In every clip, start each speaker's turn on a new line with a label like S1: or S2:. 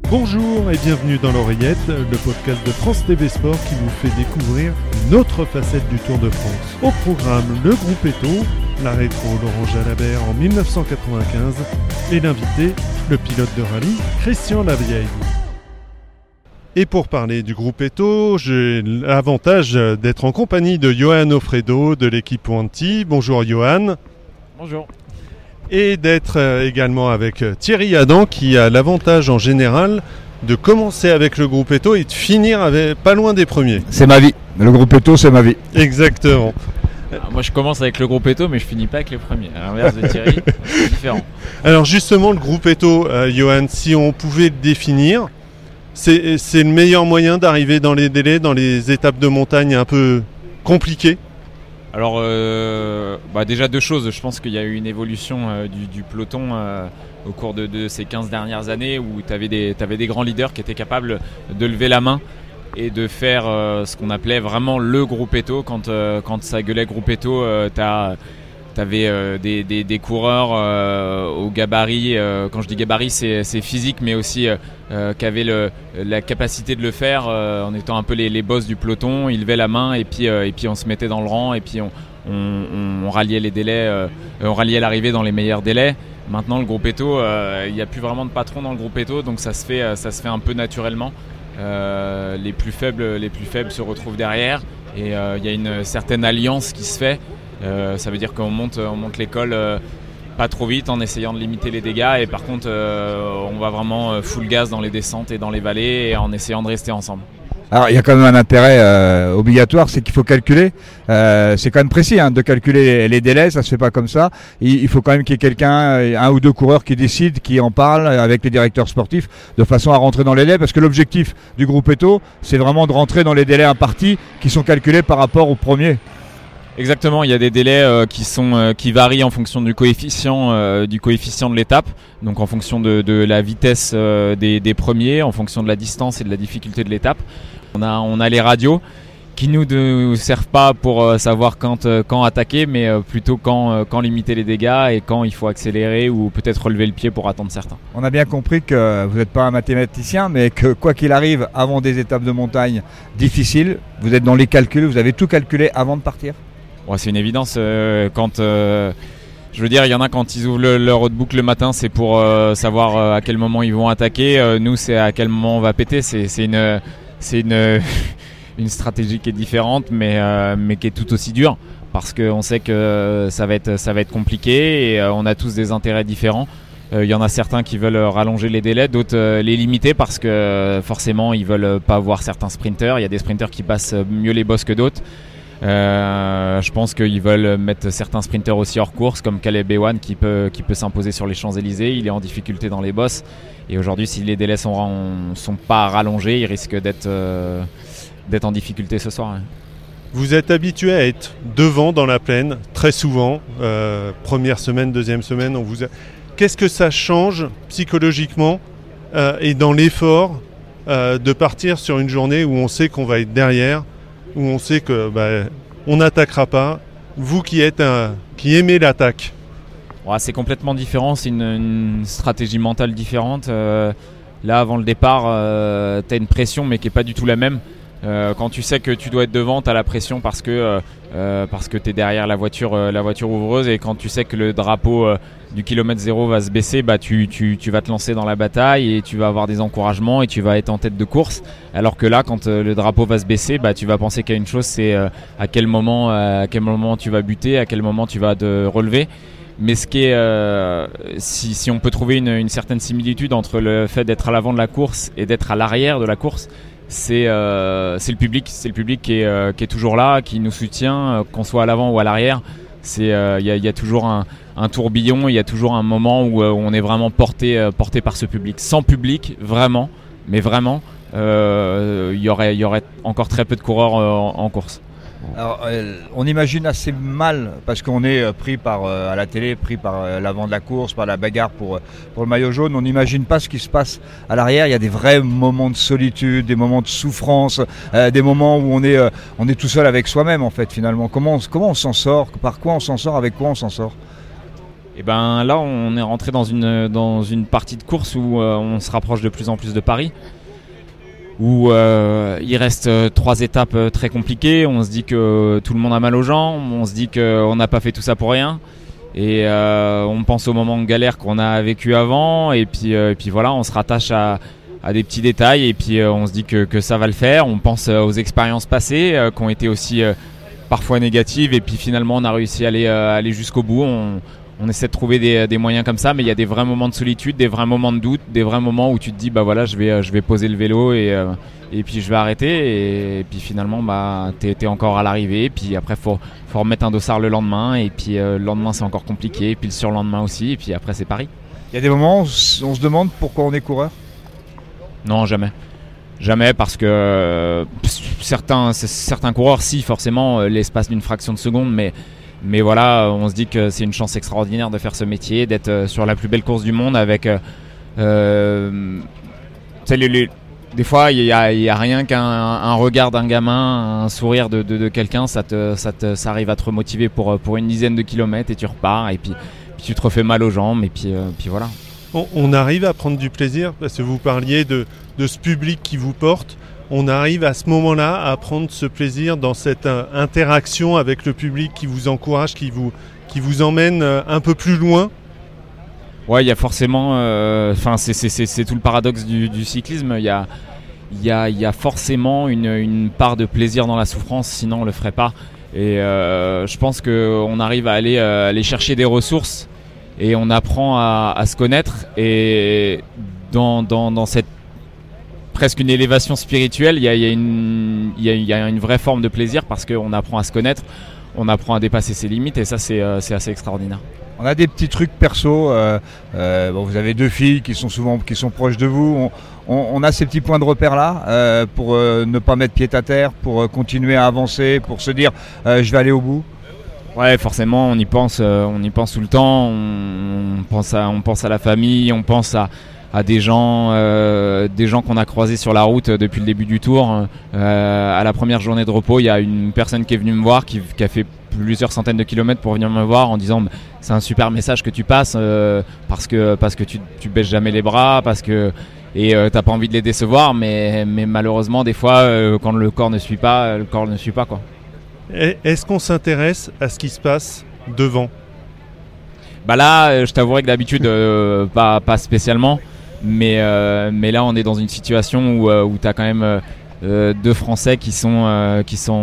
S1: Bonjour et bienvenue dans l'Oreillette, le podcast de France TV Sport qui vous fait découvrir une autre facette du Tour de France. Au programme, le groupe Eto, la rétro Laurent Jalabert en 1995 et l'invité, le pilote de rallye, Christian Lavieille. Et pour parler du groupe Eto, j'ai l'avantage d'être en compagnie de Johan Offredo de l'équipe Wanty. Bonjour Johan.
S2: Bonjour.
S1: Et d'être également avec Thierry Adam qui a l'avantage en général de commencer avec le groupe Eto et de finir pas loin des premiers.
S3: C'est ma vie, le groupe Eto c'est ma vie.
S1: Exactement.
S2: Alors moi je commence avec le groupe Eto mais je finis pas avec les premiers. À l'inverse de Thierry, c'est différent.
S1: Alors justement le groupe Eto, Johan, si on pouvait le définir, c'est le meilleur moyen d'arriver dans les délais, dans les étapes de montagne un peu compliquées.
S2: Alors déjà deux choses, je pense qu'il y a eu une évolution du peloton au cours de ces 15 dernières années où tu avais des grands leaders qui étaient capables de lever la main et de faire ce qu'on appelait vraiment le groupe Eto. Quand ça gueulait groupe Eto, t'avais des coureurs au gabarit, quand je dis gabarit c'est physique mais aussi qui avaient la capacité de le faire en étant un peu les boss du peloton. Ils levaient la main et puis on se mettait dans le rang et puis on ralliait les délais, on ralliait l'arrivée dans les meilleurs délais. Maintenant le groupe Eto, il n'y a plus vraiment de patron dans le groupe Eto, donc ça se fait un peu naturellement. Les plus faibles se retrouvent derrière et il y a une certaine alliance qui se fait. Ça veut dire qu'on monte l'école pas trop vite en essayant de limiter les dégâts et par contre on va vraiment full gaz dans les descentes et dans les vallées et en essayant de rester ensemble.
S3: Alors il y a quand même un intérêt obligatoire, c'est qu'il faut calculer, c'est quand même précis de calculer les délais, ça se fait pas comme ça. Il faut quand même qu'il y ait quelqu'un, un ou deux coureurs qui décident, qui en parlent avec les directeurs sportifs de façon à rentrer dans les délais parce que l'objectif du groupe Eto c'est vraiment de rentrer dans les délais impartis qui sont calculés par rapport au premier.
S2: Exactement, il y a des délais qui varient en fonction du coefficient de l'étape, donc en fonction de la vitesse des premiers, en fonction de la distance et de la difficulté de l'étape. On a les radios qui nous servent pas pour savoir quand attaquer, mais plutôt quand limiter les dégâts et quand il faut accélérer ou peut-être relever le pied pour attendre certains.
S3: On a bien compris que vous n'êtes pas un mathématicien, mais que quoi qu'il arrive, avant des étapes de montagne difficiles, vous êtes dans les calculs, vous avez tout calculé avant de partir.
S2: Ouais, c'est une évidence. Je veux dire, il y en a quand ils ouvrent leur roadbook le matin, c'est pour savoir à quel moment ils vont attaquer. Nous, c'est à quel moment on va péter. C'est une stratégie qui est différente, mais qui est tout aussi dure parce qu'on sait que ça va être compliqué et on a tous des intérêts différents. Il y en a certains qui veulent rallonger les délais, d'autres les limiter parce que forcément ils veulent pas voir certains sprinters. Il y a des sprinters qui passent mieux les bosses que d'autres. Je pense qu'ils veulent mettre certains sprinters aussi hors course comme Caleb Ewan qui peut s'imposer sur les Champs-Élysées. Il est en difficulté dans les bosses et aujourd'hui si les délais sont pas rallongés, il risque d'être en difficulté ce soir.
S1: Vous êtes habitué à être devant dans la plaine très souvent, première semaine, deuxième semaine. Qu'est-ce que ça change psychologiquement et dans l'effort de partir sur une journée où on sait qu'on va être derrière, où on sait que on n'attaquera pas, vous qui aimez l'attaque?
S2: Ouais, c'est complètement différent, c'est une stratégie mentale différente. Là avant le départ, tu as une pression mais qui n'est pas du tout la même. Quand tu sais que tu dois être devant, tu as la pression parce que tu es derrière la voiture ouvreuse et quand tu sais que le drapeau du kilomètre zéro va se baisser, tu vas te lancer dans la bataille et tu vas avoir des encouragements et tu vas être en tête de course. Alors que là, quand le drapeau va se baisser, tu vas penser qu'à une chose, c'est à quel moment tu vas buter, à quel moment tu vas te relever. Mais ce qui est, si on peut trouver une certaine similitude entre le fait d'être à l'avant de la course et d'être à l'arrière de la course, c'est le public qui est toujours là, qui nous soutient, qu'on soit à l'avant ou à l'arrière. Il y a toujours un tourbillon, il y a toujours un moment où on est vraiment porté par ce public. Sans public, vraiment, il y aurait encore très peu de coureurs en course.
S3: Alors, on imagine assez mal, parce qu'on est pris à la télé, pris par l'avant de la course, par la bagarre pour le maillot jaune. On n'imagine pas ce qui se passe à l'arrière. Il y a des vrais moments de solitude, des moments de souffrance, des moments où on est tout seul avec soi-même, en fait, finalement. Comment on s'en sort? Par quoi on s'en sort? Avec quoi on s'en sort?
S2: Et ben là, on est rentré dans une partie de course où on se rapproche de plus en plus de Paris, où il reste 3 étapes très compliquées. On se dit que tout le monde a mal aux jambes, on se dit qu'on n'a pas fait tout ça pour rien, et on pense aux moments de galère qu'on a vécu avant, et puis voilà, on se rattache à des petits détails, et puis on se dit que ça va le faire. On pense aux expériences passées qui ont été aussi parfois négatives, et puis finalement on a réussi à aller jusqu'au bout. On essaie de trouver des moyens comme ça, mais il y a des vrais moments de solitude, des vrais moments de doute, des vrais moments où tu te dis bah voilà, je vais poser le vélo et puis je vais arrêter, et puis finalement bah t'es encore à l'arrivée, et puis après faut remettre un dossard le lendemain, et puis le lendemain c'est encore compliqué, et puis le surlendemain aussi, et puis après c'est Paris.
S3: Il y a des moments où on se demande pourquoi on est coureur.
S2: Non, jamais, parce que certains coureurs, si forcément l'espace d'une fraction de seconde, mais voilà, on se dit que c'est une chance extraordinaire de faire ce métier, d'être sur la plus belle course du monde avec des fois il y a rien qu'un regard d'un gamin, un sourire de quelqu'un, ça arrive à te remotiver pour une dizaine de kilomètres, et tu repars, et puis tu te refais mal aux jambes, et puis voilà.
S1: On arrive à prendre du plaisir, parce que vous parliez de ce public qui vous porte. On arrive à ce moment-là à prendre ce plaisir dans cette interaction avec le public qui vous encourage, qui vous emmène un peu plus loin.
S2: Ouais, il y a forcément, c'est tout le paradoxe du cyclisme. Il y a forcément une part de plaisir dans la souffrance, sinon on le ferait pas. Et je pense qu'on arrive à aller chercher des ressources, et on apprend à se connaître, et dans cette presque une élévation spirituelle, il y a une vraie forme de plaisir, parce qu'on apprend à se connaître, on apprend à dépasser ses limites, et ça c'est assez extraordinaire.
S3: On a des petits trucs perso, vous avez 2 filles qui sont proches de vous, on a ces petits points de repère là pour ne pas mettre pied à terre, pour continuer à avancer, pour se dire je vais aller au bout.
S2: Ouais, forcément, on y pense tout le temps, on pense à la famille, on pense à des gens qu'on a croisés sur la route depuis le début du tour. À la première journée de repos, il y a une personne qui est venue me voir, qui a fait plusieurs centaines de kilomètres pour venir me voir, en disant c'est un super message que tu passes, parce que tu baisses jamais les bras, et t'as pas envie de les décevoir, mais malheureusement des fois quand le corps ne suit pas quoi.
S1: Est-ce qu'on s'intéresse à ce qui se passe devant ?
S2: Bah là, je t'avouerai que d'habitude pas spécialement, mais là on est dans une situation où t'as quand même 2 Français qui sont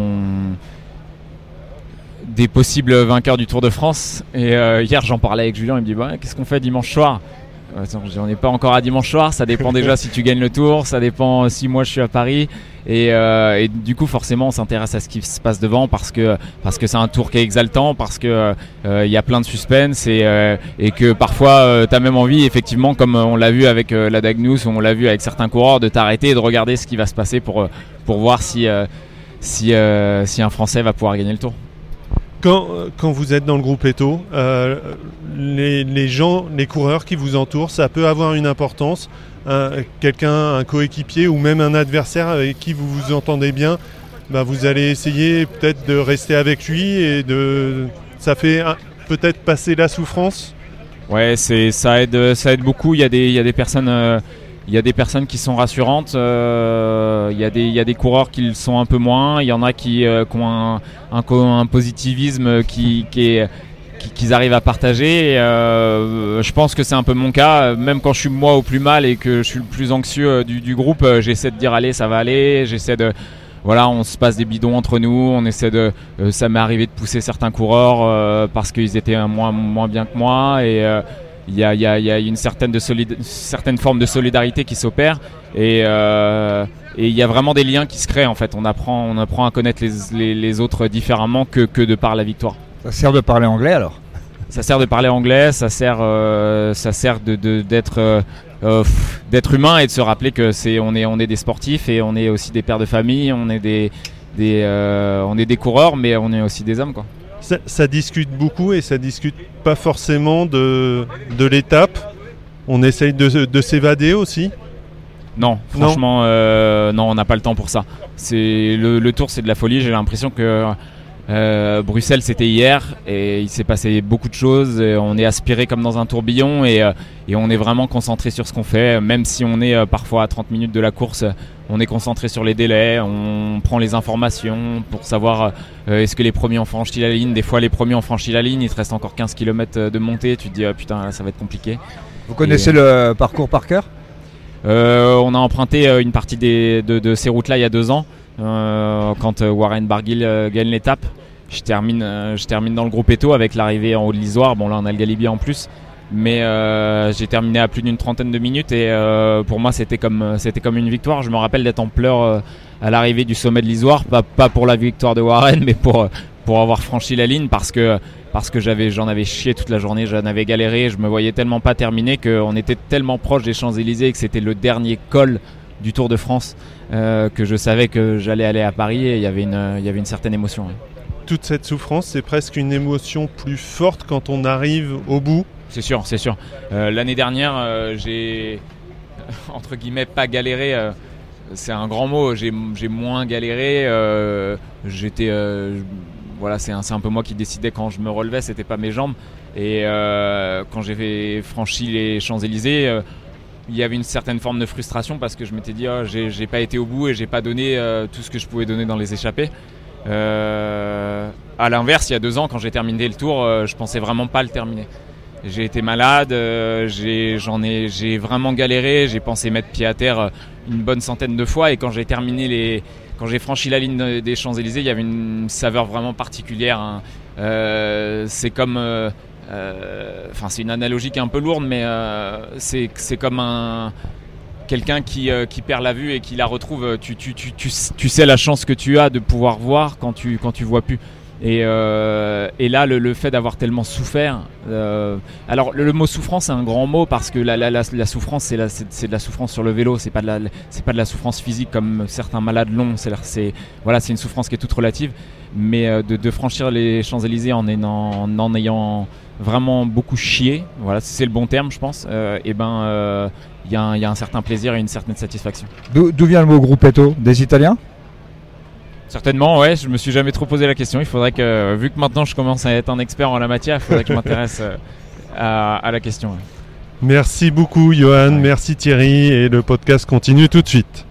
S2: des possibles vainqueurs du Tour de France. Et hier j'en parlais avec Julien, il me dit qu'est-ce qu'on fait dimanche soir ? On n'est pas encore à dimanche soir, ça dépend déjà si tu gagnes le Tour, ça dépend si moi je suis à Paris, et du coup forcément on s'intéresse à ce qui se passe devant, parce que c'est un Tour qui est exaltant, parce que y a plein de suspense, et que parfois t'as même envie, effectivement, comme on l'a vu avec la Dagnous, ou on l'a vu avec certains coureurs, de t'arrêter et de regarder ce qui va se passer pour voir si un Français va pouvoir gagner le Tour.
S1: Quand vous êtes dans le groupe Eto, les coureurs qui vous entourent, ça peut avoir une importance. Un coéquipier ou même un adversaire avec qui vous vous entendez bien, vous allez essayer peut-être de rester avec lui, et ça fait peut-être passer la souffrance. Ouais,
S2: ça aide beaucoup. Il y a des personnes. Il y a des personnes qui sont rassurantes, il y a des coureurs qui le sont un peu moins, il y en a qui ont un positivisme qu'ils arrivent à partager. Je pense que c'est un peu mon cas, même quand je suis moi au plus mal et que je suis le plus anxieux du groupe, j'essaie de dire allez, ça va aller, on se passe des bidons entre nous, on essaie ça m'est arrivé de pousser certains coureurs parce qu'ils étaient moins bien que moi, et il y a une certaine forme de solidarité qui s'opère, et il y a vraiment des liens qui se créent en fait. On apprend à connaître les autres différemment que de par la victoire.
S3: Ça sert de parler anglais alors ?
S2: Ça sert de parler anglais, ça sert d'être humain, et de se rappeler que on est des sportifs, et on est aussi des pères de famille, on est des coureurs, mais on est aussi des hommes quoi.
S1: Ça discute beaucoup, et ça discute pas forcément de l'étape. On essaye de s'évader aussi.
S2: Non, franchement, non, on n'a pas le temps pour ça. Le Tour, c'est de la folie. J'ai l'impression que Bruxelles c'était hier et il s'est passé beaucoup de choses, on est aspiré comme dans un tourbillon et on est vraiment concentré sur ce qu'on fait, même si on est parfois à 30 minutes de la course, on est concentré sur les délais, on prend les informations pour savoir est-ce que les premiers ont franchi la ligne. Des fois les premiers ont franchi la ligne, il te reste encore 15 km de montée, tu te dis putain là, ça va être compliqué.
S3: Vous connaissez le parcours par cœur ?
S2: On a emprunté une partie de ces routes là il y a 2 ans quand Warren Barguil gagne l'étape. Je termine dans le groupe Eto avec l'arrivée en haut de l'Isoire. Bon là on a le Galibier en plus, mais j'ai terminé à plus d'une trentaine de minutes et pour moi c'était comme une victoire. Je me rappelle d'être en pleurs à l'arrivée du sommet de l'Isoire, pas pour la victoire de Warren, mais pour avoir franchi la ligne parce que j'en avais chié toute la journée, j'en avais galéré, je me voyais tellement pas terminer qu'on était tellement proche des Champs-Élysées et que c'était le dernier col du Tour de France que je savais que j'allais aller à Paris et il y avait une certaine émotion. Ouais.
S1: Toute cette souffrance, c'est presque une émotion plus forte quand on arrive au bout.
S2: C'est sûr. L'année dernière, j'ai entre guillemets pas galéré. C'est un grand mot. J'ai moins galéré. Voilà, c'est un peu moi qui décidais quand je me relevais. C'était pas mes jambes. Et quand j'ai franchi les Champs-Élysées, il y avait une certaine forme de frustration parce que je m'étais dit j'ai pas été au bout et j'ai pas donné tout ce que je pouvais donner dans les échappées. À l'inverse, il y a 2 ans, quand j'ai terminé le tour, je pensais vraiment pas le terminer. J'ai été malade, j'ai vraiment galéré, j'ai pensé mettre pied à terre une bonne centaine de fois et quand j'ai franchi la ligne des Champs-Élysées, il y avait une saveur vraiment particulière. Hein. C'est comme, c'est une analogie qui est un peu lourde, mais c'est comme quelqu'un qui perd la vue et qui la retrouve. Tu sais la chance que tu as de pouvoir voir quand tu vois plus. Et là, le fait d'avoir tellement souffert. Alors, le mot souffrance, c'est un grand mot parce que la souffrance, c'est de la souffrance sur le vélo. C'est pas de la souffrance physique comme certains malades l'ont. C'est une souffrance qui est toute relative. Mais de franchir les Champs-Élysées en ayant vraiment beaucoup chié, voilà, c'est le bon terme, je pense. Il y a un certain plaisir et une certaine satisfaction.
S3: D'où vient le mot Gruppetto ? Des Italiens ?
S2: Certainement, ouais, je me suis jamais trop posé la question. Il faudrait que, vu que maintenant je commence à être un expert en la matière, il faudrait que je m'intéresse à la question. Ouais.
S1: Merci beaucoup Johan, merci Thierry et le podcast continue tout de suite.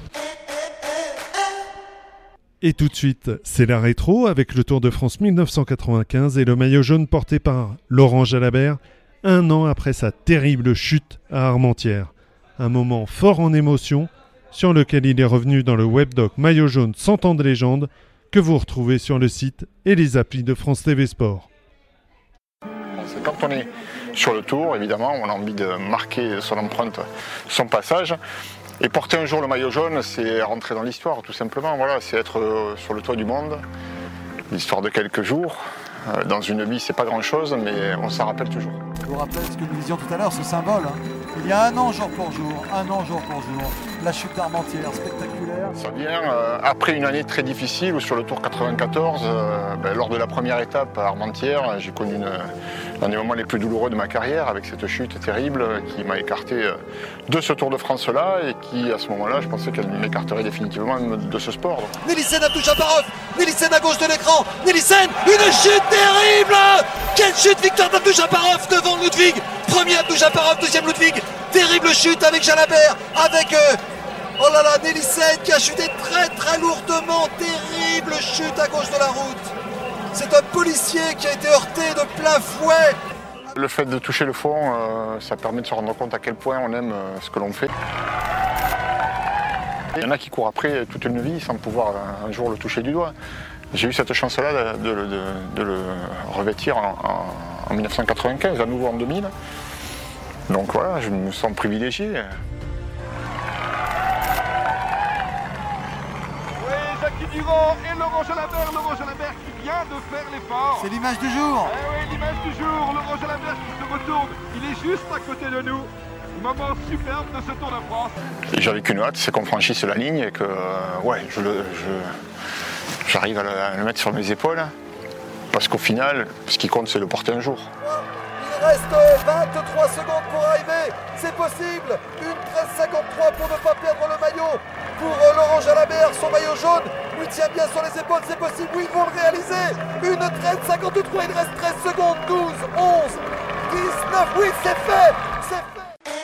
S1: Et tout de suite, c'est la rétro avec le Tour de France 1995 et le maillot jaune porté par Laurent Jalabert, 1 an après sa terrible chute à Armentières. Un moment fort en émotion sur lequel il est revenu dans le webdoc Maillot jaune 100 ans de légende que vous retrouvez sur le site et les applis de France TV Sport.
S4: C'est quand on est sur le Tour, évidemment, on a envie de marquer son empreinte, son passage. Et porter un jour le maillot jaune, c'est rentrer dans l'histoire, tout simplement. Voilà, c'est être sur le toit du monde, l'histoire de quelques jours. Dans une vie, c'est pas grand-chose, mais on s'en rappelle toujours.
S5: Je vous rappelle ce que nous disions tout à l'heure, ce symbole. Il y a 1 an jour pour jour, la chute d'Armentières, spectaculaire.
S4: Ça vient après une année très difficile où sur le Tour 94, lors de la première étape à Armentières, j'ai connu l'un des moments les plus douloureux de ma carrière avec cette chute terrible qui m'a écarté de ce Tour de France-là et qui, à ce moment-là, je pensais qu'elle m'écarterait définitivement de ce sport.
S5: Nielsen Abdou Chaparov, Nielsen à gauche de l'écran, Nielsen, une chute terrible. Quelle chute, victoire d'Abdou Chaparov devant Ludwig. Premier Abdou Chaparov, deuxième Ludwig. Terrible chute avec Jalabert, avec Nielsen qui a chuté très très lourdement. Terrible chute à gauche de la route. C'est un policier qui a été heurté de plein fouet.
S4: Le fait de toucher le fond, ça permet de se rendre compte à quel point on aime ce que l'on fait. Il y en a qui courent après toute une vie sans pouvoir un jour le toucher du doigt. J'ai eu cette chance-là de le revêtir en 1995, à nouveau en 2000. Donc voilà, je me sens privilégié.
S6: Oui, Jackie Durand et Laurent Jalabert qui vient de faire l'effort.
S5: C'est l'image du jour.
S6: Oui, l'image du jour, Laurent Jalabert qui se retourne, il est juste à côté de nous. Moment superbe de ce Tour de France.
S4: Et j'avais qu'une hâte, c'est qu'on franchisse la ligne et que j'arrive à le mettre sur mes épaules. Parce qu'au final, ce qui compte, c'est le porter un jour.
S5: Il reste 23 secondes pour arriver. C'est possible. Une 13,53 pour ne pas perdre le maillot. Pour Laurent Jalabert, son maillot jaune. Oui, tient bien sur les épaules, c'est possible. Oui, ils vont le réaliser. 1:13:53, il reste 13 secondes. 12, 11, 19. Oui, c'est fait. C'est fait.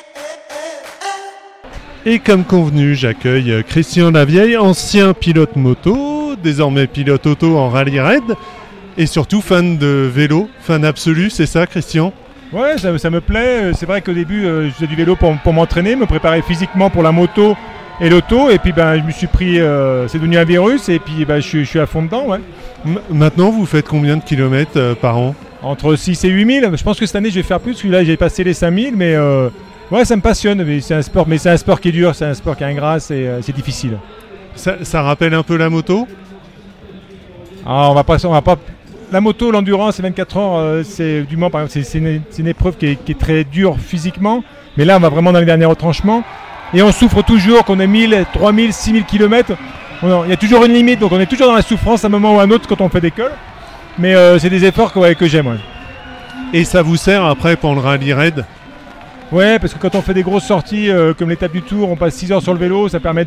S1: Et comme convenu, j'accueille Christian Lavieille, ancien pilote moto, désormais pilote auto en rallye raid, et surtout fan de vélo, fan absolu, c'est ça Christian ?
S7: Ouais, ça me plaît. C'est vrai qu'au début, je faisais du vélo pour m'entraîner, me préparer physiquement pour la moto et l'auto, et puis je me suis pris, c'est devenu un virus, et puis je suis à fond dedans, ouais.
S1: Maintenant, vous faites combien de kilomètres par an ?
S7: Entre 6 et 8 000. Je pense que cette année, je vais faire plus, parce que là, j'ai passé les 5 000, mais ouais, ça me passionne. Mais c'est un sport qui est dur, c'est un sport qui est ingrat, c'est difficile.
S1: Ça rappelle un peu la moto ?
S7: Ah, on va pas. La moto, l'endurance, les 24 heures, c'est du Mans, par exemple, c'est une épreuve qui est très dure physiquement, mais là, on va vraiment dans les derniers retranchements. Et on souffre toujours, qu'on ait 1000, 3000, 6000 km. Il y a toujours une limite, donc on est toujours dans la souffrance à un moment ou à un autre quand on fait des cols. Mais c'est des efforts que j'aime. Ouais.
S1: Et ça vous sert après pour le rallye raid ?
S7: Ouais, parce que quand on fait des grosses sorties comme l'étape du Tour, on passe 6 heures sur le vélo, ça permet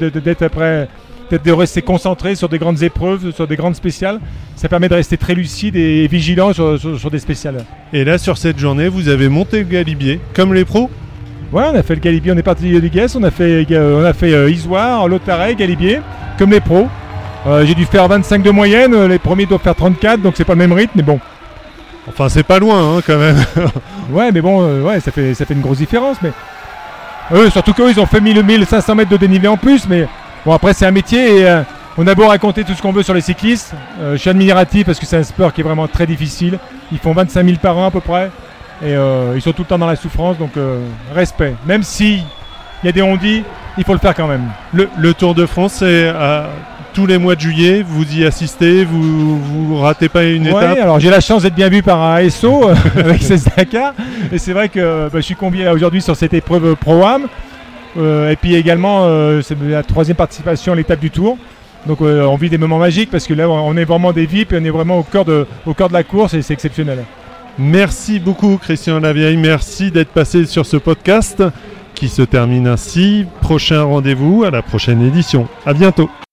S7: de rester concentré sur des grandes épreuves, sur des grandes spéciales. Ça permet de rester très lucide et vigilant sur des spéciales.
S1: Et là, sur cette journée, vous avez monté le Galibier, comme les pros ?
S7: Ouais, on a fait le Galibier, on est parti du Guess, on a fait Isoire, Lautaret, Galibier, comme les pros. J'ai dû faire 25 de moyenne, les premiers doivent faire 34, donc c'est pas le même rythme, mais bon.
S1: Enfin, c'est pas loin, hein, quand même.
S7: Ouais, mais bon, ouais, ça fait une grosse différence. Mais surtout qu'eux, ils ont fait 1500 mètres de dénivelé en plus, mais bon, après, c'est un métier et on a beau raconter tout ce qu'on veut sur les cyclistes. Je suis admiratif parce que c'est un sport qui est vraiment très difficile. Ils font 25 000 par an à peu près. Et ils sont tout le temps dans la souffrance, donc respect. Même s'il y a des on-dit, il faut le faire quand même.
S1: Le Tour de France, c'est tous les mois de juillet, vous y assistez, vous ratez pas une étape ?
S7: Oui, alors j'ai la chance d'être bien vu par un SO avec 16 Dakar. Et c'est vrai que je suis convié aujourd'hui sur cette épreuve Pro-Am. Et puis également, c'est la 3e participation à l'étape du Tour. Donc on vit des moments magiques parce que là, on est vraiment des VIP et on est vraiment au cœur de la course et c'est exceptionnel.
S1: Merci beaucoup Christian Lavieille, merci d'être passé sur ce podcast qui se termine ainsi. Prochain rendez-vous à la prochaine édition. À bientôt.